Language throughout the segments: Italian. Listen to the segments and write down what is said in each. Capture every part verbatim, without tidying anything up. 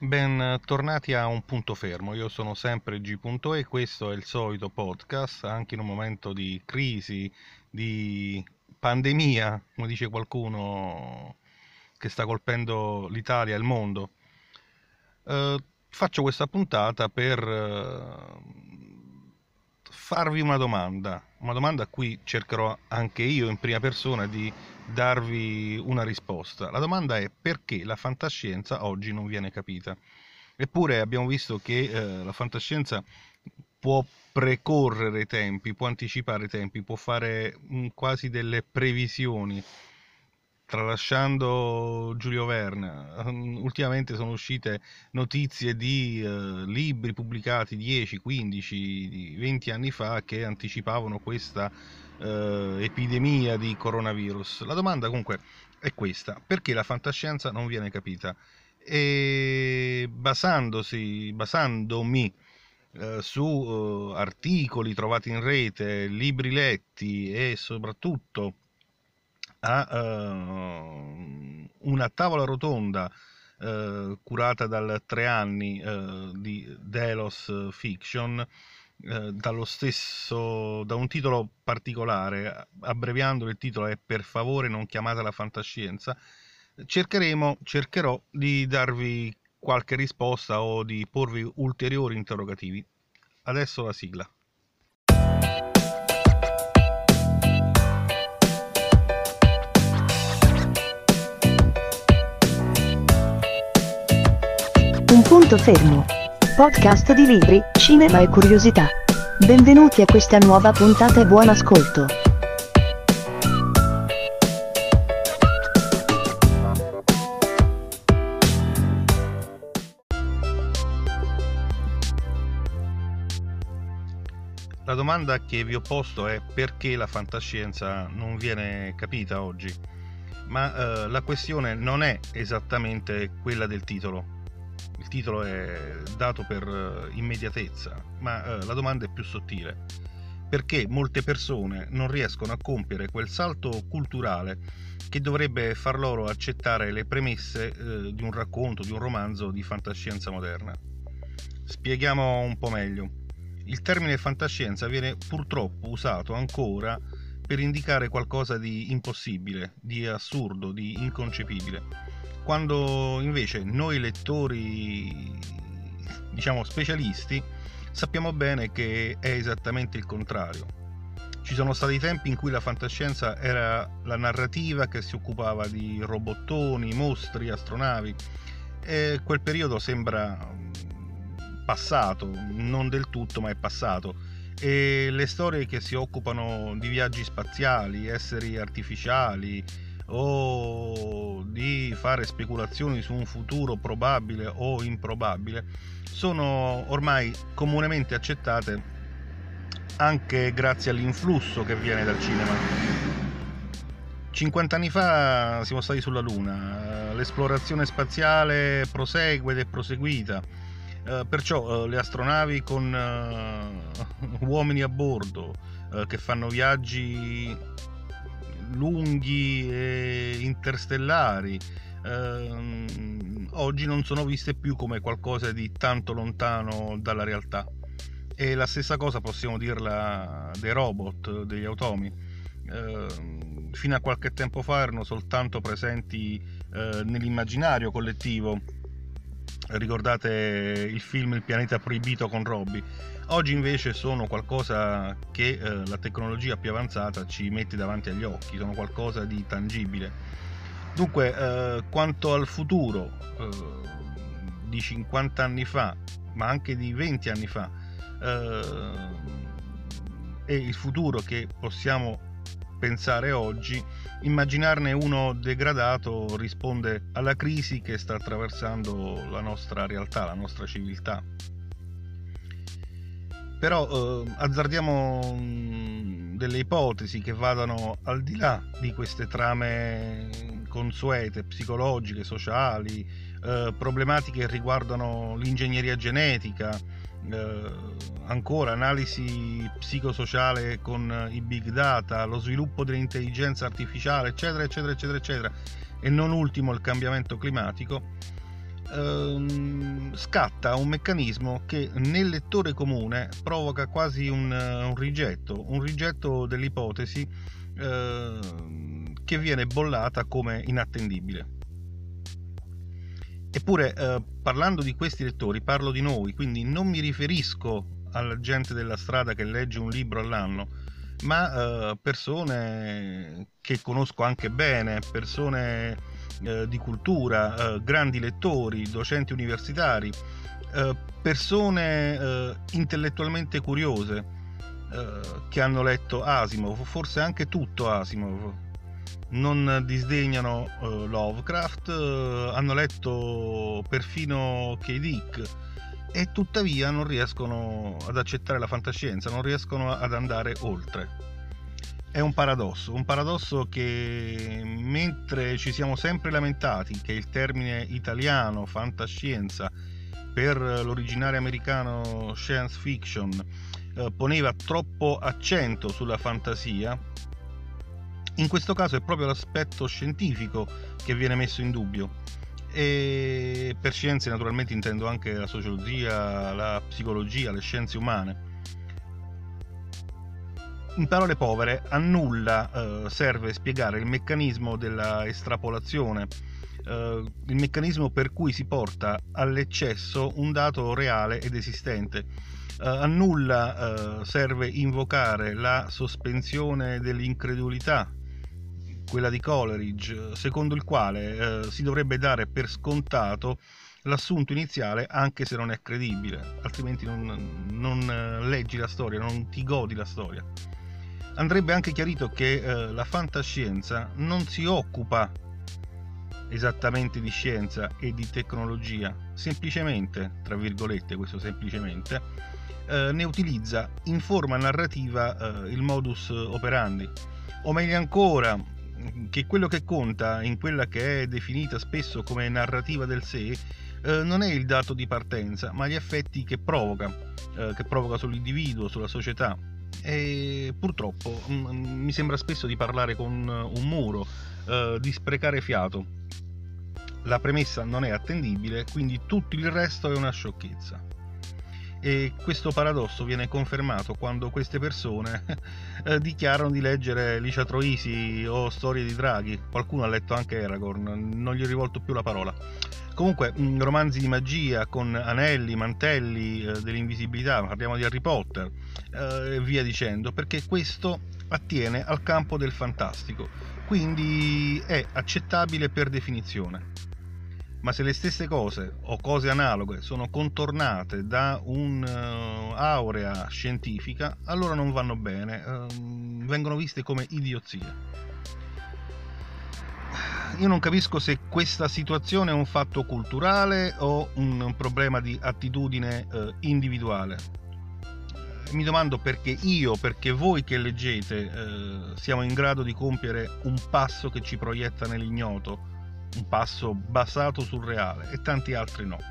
Bentornati a Un Punto Fermo, io sono sempre G.E e questo è il solito podcast, anche in un momento di crisi, di pandemia, come dice qualcuno, che sta colpendo l'Italia e il mondo. Eh, faccio questa puntata per eh, farvi una domanda, una domanda a cui cercherò anche io in prima persona di darvi una risposta. La domanda è: perché la fantascienza oggi non viene capita? Eppure abbiamo visto che eh, la fantascienza può precorrere i tempi, può anticipare i tempi, può fare mh, quasi delle previsioni. Tralasciando Giulio Verne, um, ultimamente sono uscite notizie di uh, libri pubblicati dieci, quindici, venti anni fa che anticipavano questa uh, epidemia di coronavirus. La domanda comunque è questa: perché la fantascienza non viene capita? E basandosi, basandomi uh, su uh, articoli trovati in rete, libri letti e soprattutto a uh, una tavola rotonda uh, curata dal tre anni uh, di Delos Fiction, uh, dallo stesso, da un titolo particolare, abbreviando il titolo è "Per favore non chiamatela fantascienza", cercheremo, cercherò di darvi qualche risposta o di porvi ulteriori interrogativi. Adesso la sigla. Un punto fermo. Podcast di libri, cinema e curiosità. Benvenuti a questa nuova puntata e buon ascolto. La domanda che vi ho posto è: perché la fantascienza non viene capita oggi? Ma eh, la questione non è esattamente quella del titolo. Il titolo è dato per uh, immediatezza, ma uh, la domanda è più sottile. Perché molte persone non riescono a compiere quel salto culturale che dovrebbe far loro accettare le premesse uh, di un racconto, di un romanzo di fantascienza moderna? Spieghiamo un po' meglio. Il termine fantascienza viene purtroppo usato ancora per indicare qualcosa di impossibile, di assurdo, di inconcepibile, quando invece noi lettori, diciamo specialisti, sappiamo bene che è esattamente il contrario. Ci sono stati tempi in cui la fantascienza era la narrativa che si occupava di robottoni, mostri, astronavi, e quel periodo sembra passato, non del tutto, ma è passato. E le storie che si occupano di viaggi spaziali, esseri artificiali o di fare speculazioni su un futuro probabile o improbabile sono ormai comunemente accettate anche grazie all'influsso che viene dal cinema. cinquanta anni fa siamo stati sulla Luna, l'esplorazione spaziale prosegue ed è proseguita, perciò le astronavi con uomini a bordo che fanno viaggi lunghi e interstellari ehm, oggi non sono viste più come qualcosa di tanto lontano dalla realtà. E la stessa cosa possiamo dirla dei robot, degli automi. Eh, fino a qualche tempo fa erano soltanto presenti eh, nell'immaginario collettivo. Ricordate il film Il pianeta proibito con Robbie? Oggi invece sono qualcosa che eh, la tecnologia più avanzata ci mette davanti agli occhi, sono qualcosa di tangibile. Dunque, eh, quanto al futuro eh, di cinquanta anni fa, ma anche di venti anni fa, eh, e il futuro che possiamo pensare oggi, immaginarne uno degradato risponde alla crisi che sta attraversando la nostra realtà, la nostra civiltà. Però eh, azzardiamo mh, delle ipotesi che vadano al di là di queste trame consuete, psicologiche, sociali, eh, problematiche che riguardano l'ingegneria genetica, eh, ancora analisi psicosociale con i big data, lo sviluppo dell'intelligenza artificiale, eccetera, eccetera, eccetera, eccetera, e non ultimo il cambiamento climatico. Ehm, scatta un meccanismo che nel lettore comune provoca quasi un, un rigetto, un rigetto dell'ipotesi eh, che viene bollata come inattendibile. Eppure, eh, parlando di questi lettori, parlo di noi, quindi non mi riferisco alla gente della strada che legge un libro all'anno, ma eh, persone che conosco anche bene, persone eh, di cultura, eh, grandi lettori, docenti universitari, eh, persone eh, intellettualmente curiose eh, che hanno letto Asimov, forse anche tutto Asimov, non disdegnano uh, Lovecraft, uh, hanno letto perfino K. Dick e tuttavia non riescono ad accettare la fantascienza, non riescono ad andare oltre. È un paradosso, un paradosso che mentre ci siamo sempre lamentati che il termine italiano fantascienza per l'originale americano science fiction uh, poneva troppo accento sulla fantasia, in questo caso è proprio l'aspetto scientifico che viene messo in dubbio, e per scienze naturalmente intendo anche la sociologia, la psicologia, le scienze umane. In parole povere, a nulla eh, serve spiegare il meccanismo della estrapolazione, eh, il meccanismo per cui si porta all'eccesso un dato reale ed esistente. Uh, a nulla uh, serve invocare la sospensione dell'incredulità, quella di Coleridge, secondo il quale uh, si dovrebbe dare per scontato l'assunto iniziale anche se non è credibile, altrimenti non, non uh, leggi la storia, non ti godi la storia. Andrebbe anche chiarito che uh, la fantascienza non si occupa esattamente di scienza e di tecnologia, semplicemente, tra virgolette, questo semplicemente, eh, ne utilizza in forma narrativa eh, il modus operandi, o meglio ancora, che quello che conta in quella che è definita spesso come narrativa del sé eh, non è il dato di partenza, ma gli effetti che provoca, eh, che provoca sull'individuo, sulla società. E purtroppo m- mi sembra spesso di parlare con un muro, eh, di sprecare fiato. La premessa non è attendibile, quindi tutto il resto è una sciocchezza. E questo paradosso viene confermato quando queste persone eh, dichiarano di leggere Licia Troisi o Storie di Draghi. Qualcuno ha letto anche Aragorn, non gli ho rivolto più la parola. Comunque, mh, romanzi di magia con anelli, mantelli, eh, dell'invisibilità, parliamo di Harry Potter eh, e via dicendo, perché questo attiene al campo del fantastico, quindi è accettabile per definizione. Ma se le stesse cose o cose analoghe sono contornate da un'aurea uh, scientifica, allora non vanno bene, uh, vengono viste come idiozie. Io non capisco se questa situazione è un fatto culturale o un problema di attitudine uh, individuale. Mi domando perché io, perché voi che leggete, uh, siamo in grado di compiere un passo che ci proietta nell'ignoto, un passo basato sul reale, e tanti altri no.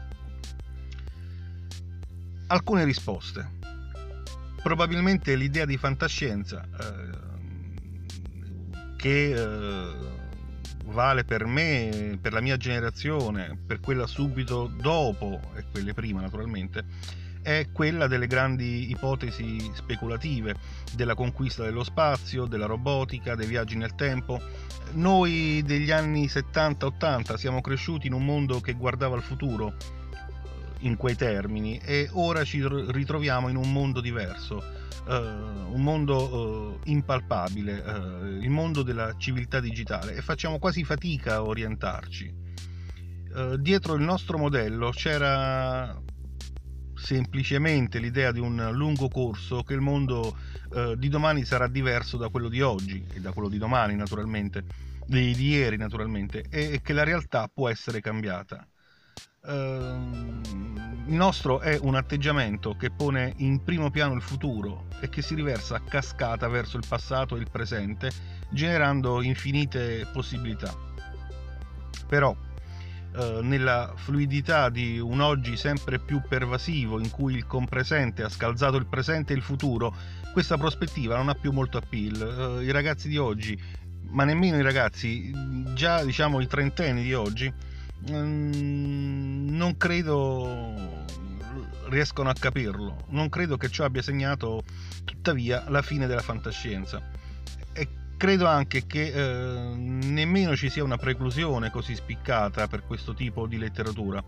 Alcune risposte. Probabilmente l'idea di fantascienza eh, che eh, vale per me, per la mia generazione, per quella subito dopo e quelle prima naturalmente, è quella delle grandi ipotesi speculative, della conquista dello spazio, della robotica, dei viaggi nel tempo. Noi degli anni settanta ottanta siamo cresciuti in un mondo che guardava al futuro in quei termini, e ora ci ritroviamo in un mondo diverso, uh, un mondo uh, impalpabile, uh, il mondo della civiltà digitale, e facciamo quasi fatica a orientarci. Uh, dietro il nostro modello c'era semplicemente l'idea di un lungo corso, che il mondo uh, di domani sarà diverso da quello di oggi e da quello di domani naturalmente, di, di ieri naturalmente, e, e che la realtà può essere cambiata. Uh, il nostro è un atteggiamento che pone in primo piano il futuro e che si riversa a cascata verso il passato e il presente, generando infinite possibilità. Però uh, nella fluidità di un oggi sempre più pervasivo, in cui il compresente ha scalzato il presente e il futuro, questa prospettiva non ha più molto appeal. Uh, i ragazzi di oggi, ma nemmeno i ragazzi, già diciamo i trentenni di oggi, non non credo riescono a capirlo, non credo che ciò abbia segnato tuttavia la fine della fantascienza, e credo anche che eh, nemmeno ci sia una preclusione così spiccata per questo tipo di letteratura.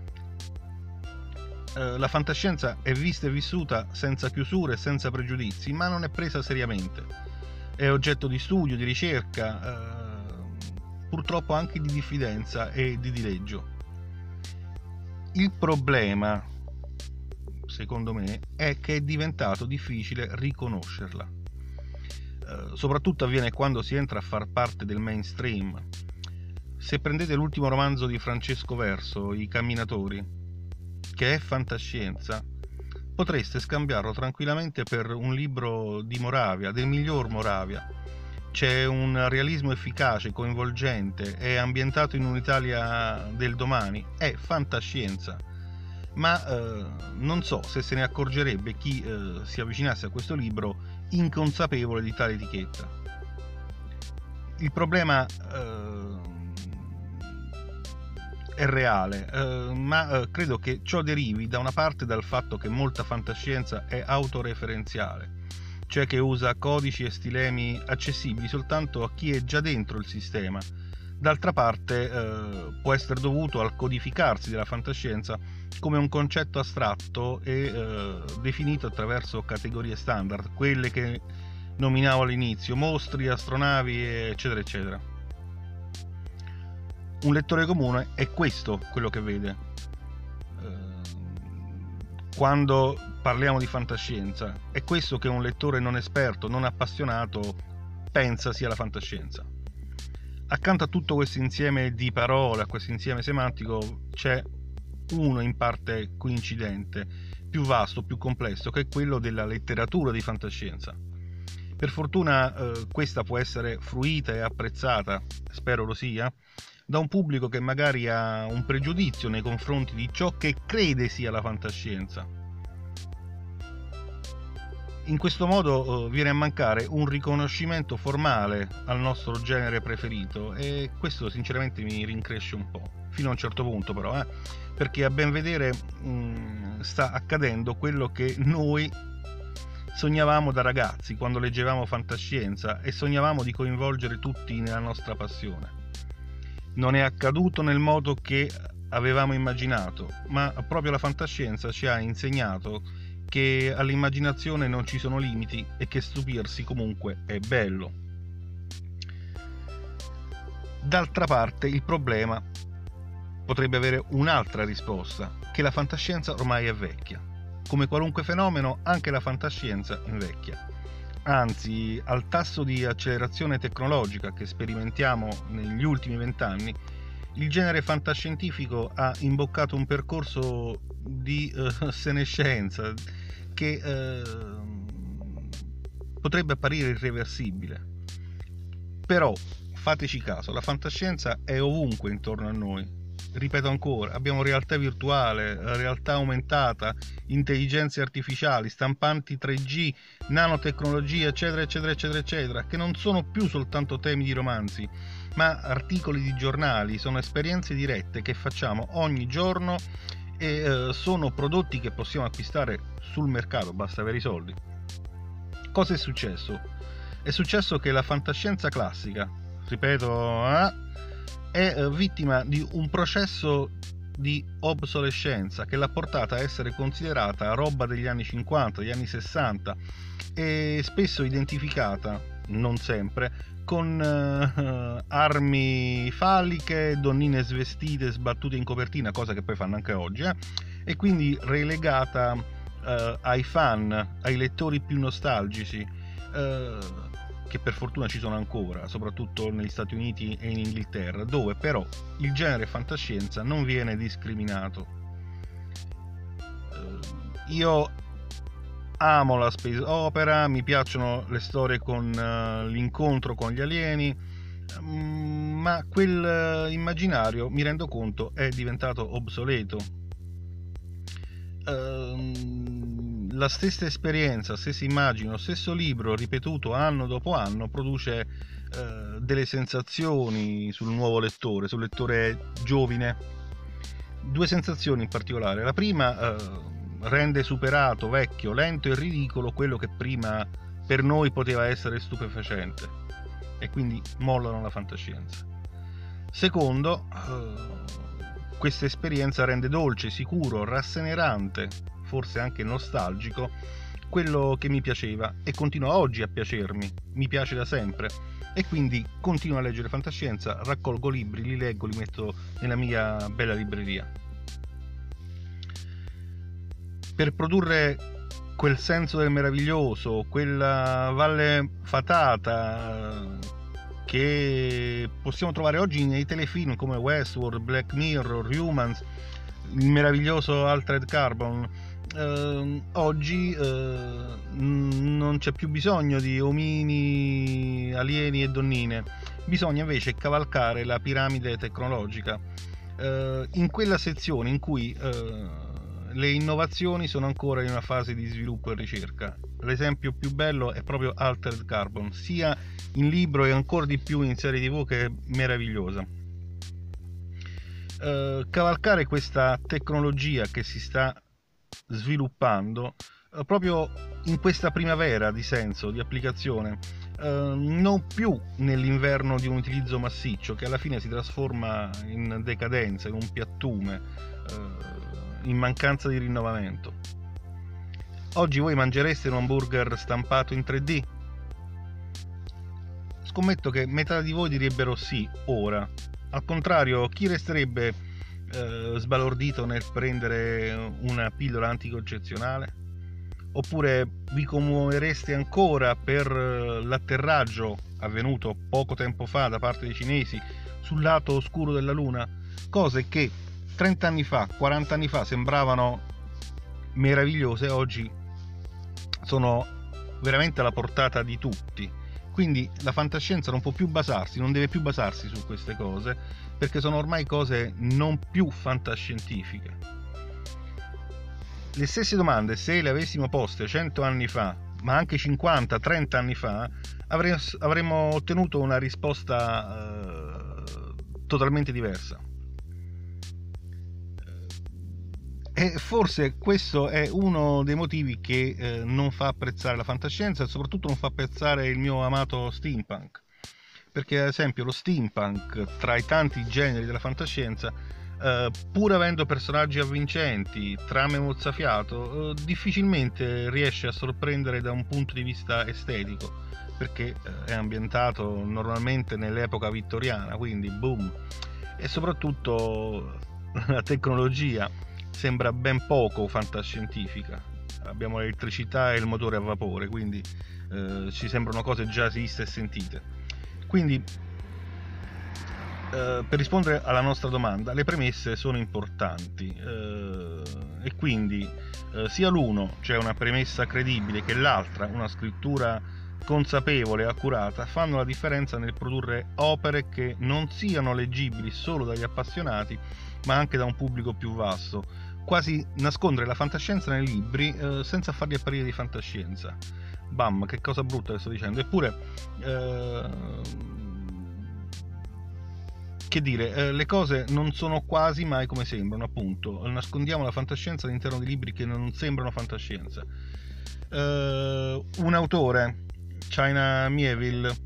Eh, la fantascienza è vista e vissuta senza chiusure e senza pregiudizi, ma non è presa seriamente, è oggetto di studio, di ricerca, eh, purtroppo anche di diffidenza e di dileggio. Il problema, secondo me, è che è diventato difficile riconoscerla. Uh, soprattutto avviene quando si entra a far parte del mainstream. Se prendete l'ultimo romanzo di Francesco Verso, I Camminatori, che è fantascienza, potreste scambiarlo tranquillamente per un libro di Moravia, del miglior Moravia. C'è un realismo efficace, coinvolgente, è ambientato in un'Italia del domani, è fantascienza. Ma eh, non so se se ne accorgerebbe chi eh, si avvicinasse a questo libro inconsapevole di tale etichetta. Il problema eh, è reale, eh, ma eh, credo che ciò derivi da una parte dal fatto che molta fantascienza è autoreferenziale, cioè che usa codici e stilemi accessibili soltanto a chi è già dentro il sistema. D'altra parte eh, può essere dovuto al codificarsi della fantascienza come un concetto astratto e eh, definito attraverso categorie standard, quelle che nominavo all'inizio, mostri, astronavi, eccetera eccetera. Un lettore comune è questo quello che vede eh, quando parliamo di fantascienza, è questo che un lettore non esperto, non appassionato pensa sia la fantascienza. Accanto a tutto questo insieme di parole, a questo insieme semantico, c'è uno in parte coincidente, più vasto, più complesso, che è quello della letteratura di fantascienza. Per fortuna eh, questa può essere fruita e apprezzata, spero lo sia, da un pubblico che magari ha un pregiudizio nei confronti di ciò che crede sia la fantascienza. In questo modo eh, viene a mancare un riconoscimento formale al nostro genere preferito, e questo sinceramente mi rincresce un po', fino a un certo punto però, eh, perché a ben vedere mh, sta accadendo quello che noi sognavamo da ragazzi quando leggevamo fantascienza e sognavamo di coinvolgere tutti nella nostra passione. Non è accaduto nel modo che avevamo immaginato, ma proprio la fantascienza ci ha insegnato che all'immaginazione non ci sono limiti e che stupirsi comunque è bello. D'altra parte il problema potrebbe avere un'altra risposta, che la fantascienza ormai è vecchia. Come qualunque fenomeno, anche la fantascienza invecchia. Anzi, al tasso di accelerazione tecnologica che sperimentiamo negli ultimi vent'anni, il genere fantascientifico ha imboccato un percorso di uh, senescenza che uh, potrebbe apparire irreversibile. Però fateci caso, la fantascienza è ovunque intorno a noi. Ripeto ancora, abbiamo realtà virtuale, realtà aumentata, intelligenze artificiali, stampanti tre G, nanotecnologia, eccetera eccetera eccetera eccetera, che non sono più soltanto temi di romanzi, ma articoli di giornali, sono esperienze dirette che facciamo ogni giorno e eh, sono prodotti che possiamo acquistare sul mercato, basta avere i soldi. Cosa è successo? È successo che la fantascienza classica, ripeto, eh, è eh, vittima di un processo di obsolescenza che l'ha portata a essere considerata roba degli anni cinquanta, degli anni sessanta e spesso identificata, non sempre, con uh, armi falliche, donnine svestite, sbattute in copertina, cosa che poi fanno anche oggi, eh? E quindi relegata uh, ai fan, ai lettori più nostalgici, uh, che per fortuna ci sono ancora, soprattutto negli Stati Uniti e in Inghilterra, dove però il genere fantascienza non viene discriminato. Uh, io amo la space opera, mi piacciono le storie con uh, l'incontro con gli alieni, um, ma quel uh, immaginario, mi rendo conto, è diventato obsoleto. Uh, la stessa esperienza, stessa immagine, lo stesso libro ripetuto anno dopo anno produce uh, delle sensazioni sul nuovo lettore, sul lettore giovine. due sensazioni in particolare. La prima eh, rende superato, vecchio, lento e ridicolo quello che prima per noi poteva essere stupefacente, e quindi mollano la fantascienza. Secondo, eh, questa esperienza rende dolce, sicuro, rassenerante, forse anche nostalgico, quello che mi piaceva e continua oggi a piacermi, mi piace da sempre, e quindi continuo a leggere fantascienza, raccolgo libri, li leggo, li metto nella mia bella libreria. Per produrre quel senso del meraviglioso, quella valle fatata che possiamo trovare oggi nei telefilm come Westworld, Black Mirror, Humans, il meraviglioso Altered Carbon, eh, oggi eh, non c'è più bisogno di omini, alieni e donnine, bisogna invece cavalcare la piramide tecnologica, eh, in quella sezione in cui eh, le innovazioni sono ancora in una fase di sviluppo e ricerca. L'esempio più bello è proprio Altered Carbon, sia in libro e ancora di più in serie tv, che è meravigliosa. Eh, cavalcare questa tecnologia che si sta sviluppando eh, proprio in questa primavera di senso, di applicazione, eh, non più nell'inverno di un utilizzo massiccio che alla fine si trasforma in decadenza, in un piattume, eh, in mancanza di rinnovamento. Oggi voi mangereste un hamburger stampato in tre D? Scommetto che metà di voi direbbero sì, ora. Al contrario, chi resterebbe eh, sbalordito nel prendere una pillola anticoncezionale? Oppure vi commuovereste ancora per l'atterraggio avvenuto poco tempo fa da parte dei cinesi sul lato oscuro della Luna? Cose che trenta anni fa, quaranta anni fa sembravano meravigliose, oggi sono veramente alla portata di tutti. Quindi la fantascienza non può più basarsi, non deve più basarsi su queste cose, perché sono ormai cose non più fantascientifiche. Le stesse domande, se le avessimo poste cento anni fa, ma anche cinquanta trenta anni fa, avremmo ottenuto una risposta eh, totalmente diversa. E forse questo è uno dei motivi che eh, non fa apprezzare la fantascienza, e soprattutto non fa apprezzare il mio amato steampunk, perché ad esempio lo steampunk, tra i tanti generi della fantascienza, eh, pur avendo personaggi avvincenti, trame mozzafiato, eh, difficilmente riesce a sorprendere da un punto di vista estetico, perché eh, è ambientato normalmente nell'epoca vittoriana, quindi boom, e soprattutto la tecnologia sembra ben poco fantascientifica. Abbiamo l'elettricità e il motore a vapore, quindi eh, ci sembrano cose già viste e sentite. Quindi eh, per rispondere alla nostra domanda, le premesse sono importanti, eh, e quindi eh, sia l'uno, cioè una premessa credibile, che l'altra, una scrittura consapevole e accurata, fanno la differenza nel produrre opere che non siano leggibili solo dagli appassionati, ma anche da un pubblico più vasto. Quasi nascondere la fantascienza nei libri eh, senza farli apparire di fantascienza. Bam, che cosa brutta che sto dicendo. Eppure, eh, che dire, eh, le cose non sono quasi mai come sembrano, appunto. Nascondiamo la fantascienza all'interno di libri che non sembrano fantascienza. Eh, un autore, China Miéville,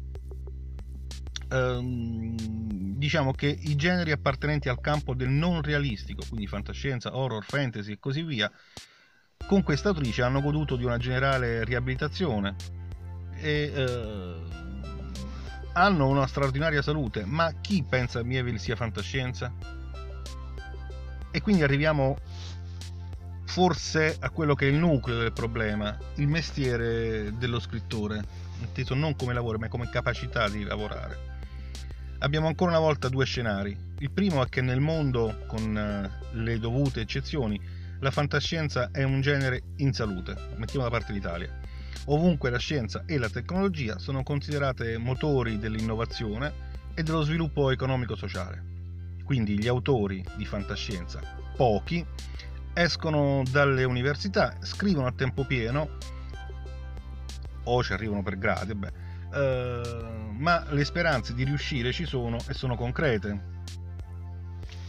diciamo che i generi appartenenti al campo del non realistico, quindi fantascienza, horror, fantasy e così via, con questa autrice hanno goduto di una generale riabilitazione e eh, hanno una straordinaria salute. Ma chi pensa a Miéville sia fantascienza? E quindi arriviamo forse a quello che è il nucleo del problema, il mestiere dello scrittore, inteso non come lavoro ma come capacità di lavorare. Abbiamo ancora una volta due scenari. Il primo è che nel mondo, con le dovute eccezioni, la fantascienza è un genere in salute, mettiamo da parte l'Italia. Ovunque la scienza e la tecnologia sono considerate motori dell'innovazione e dello sviluppo economico-sociale. Quindi gli autori di fantascienza, pochi, escono dalle università, scrivono a tempo pieno, o ci arrivano per gradi, beh, Uh, ma le speranze di riuscire ci sono e sono concrete.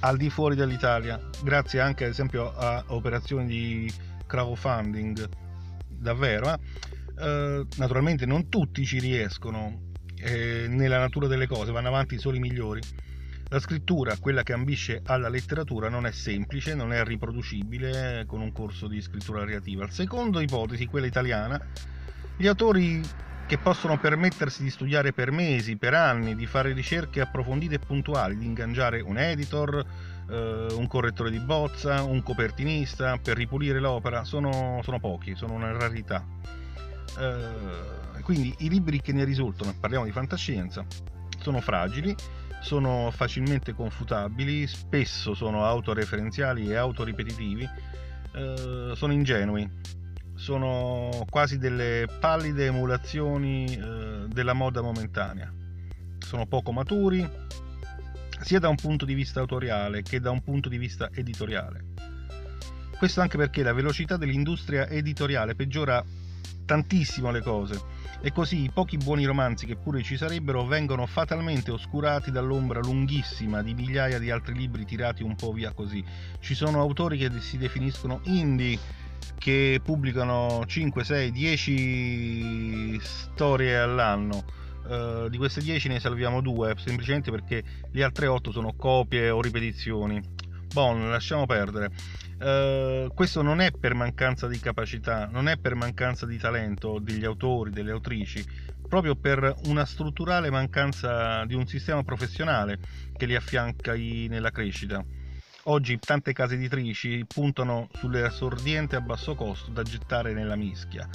al di fuori dell'Italia, grazie anche ad esempio a operazioni di crowdfunding davvero. Eh? Eh, naturalmente non tutti ci riescono, eh, nella natura delle cose vanno avanti solo i migliori. La scrittura, quella che ambisce alla letteratura, non è semplice, non è riproducibile con un corso di scrittura creativa. La seconda ipotesi, quella italiana, gli autori che possono permettersi di studiare per mesi, per anni, di fare ricerche approfondite e puntuali, di ingaggiare un editor, eh, un correttore di bozza, un copertinista per ripulire l'opera, sono, sono pochi, sono una rarità. Eh, quindi i libri che ne risultano, parliamo di fantascienza, sono fragili, sono facilmente confutabili, spesso sono autoreferenziali e autoripetitivi, eh, sono ingenui, sono quasi delle pallide emulazioni eh, della moda momentanea, sono poco maturi sia da un punto di vista autoriale che da un punto di vista editoriale. Questo anche perché la velocità dell'industria editoriale peggiora tantissimo le cose, e così i pochi buoni romanzi che pure ci sarebbero vengono fatalmente oscurati dall'ombra lunghissima di migliaia di altri libri tirati un po' via così. Ci sono autori che si definiscono indie, che pubblicano cinque, sei, dieci storie all'anno. Uh, di queste dieci ne salviamo due, semplicemente perché le altre otto sono copie o ripetizioni. Bon, lasciamo perdere. Uh, questo non è per mancanza di capacità, non è per mancanza di talento degli autori, delle autrici, proprio per una strutturale mancanza di un sistema professionale che li affianca nella crescita. Oggi tante case editrici puntano sulle sordiente a basso costo da gettare nella mischia,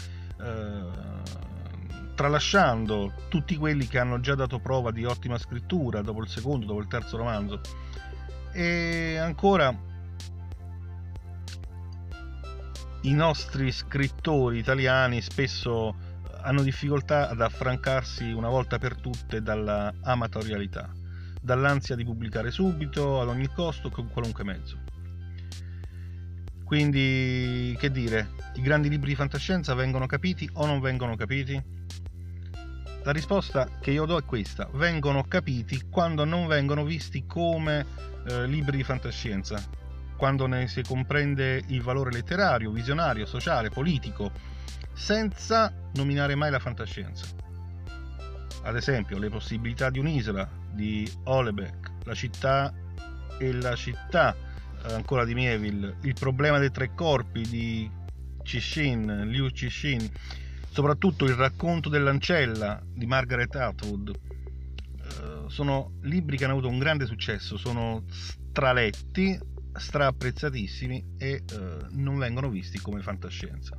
uh, tralasciando tutti quelli che hanno già dato prova di ottima scrittura dopo il secondo, dopo il terzo romanzo. E ancora i nostri scrittori italiani spesso hanno difficoltà ad affrancarsi una volta per tutte dalla amatorialità, dall'ansia di pubblicare subito, ad ogni costo, con qualunque mezzo. Quindi, che dire, i grandi libri di fantascienza vengono capiti o non vengono capiti? La risposta che io do è questa: vengono capiti quando non vengono visti come eh, libri di fantascienza, quando ne si comprende il valore letterario, visionario, sociale, politico, senza nominare mai la fantascienza. Ad esempio, Le possibilità di un'isola di Houellebecq, La città e la città, ancora di Mieville, Il problema dei tre corpi di Cixin, Liu Cixin, soprattutto Il racconto dell'ancella di Margaret Atwood. Sono libri che hanno avuto un grande successo, sono straletti, straapprezzatissimi e eh, non vengono visti come fantascienza.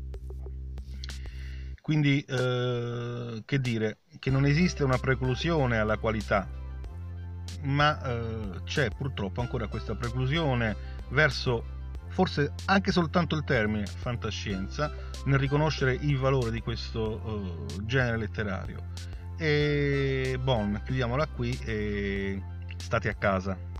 Quindi eh, che dire, che non esiste una preclusione alla qualità, ma eh, c'è purtroppo ancora questa preclusione verso, forse anche soltanto il termine fantascienza, nel riconoscere il valore di questo eh, genere letterario. E bon, chiudiamola qui e state a casa.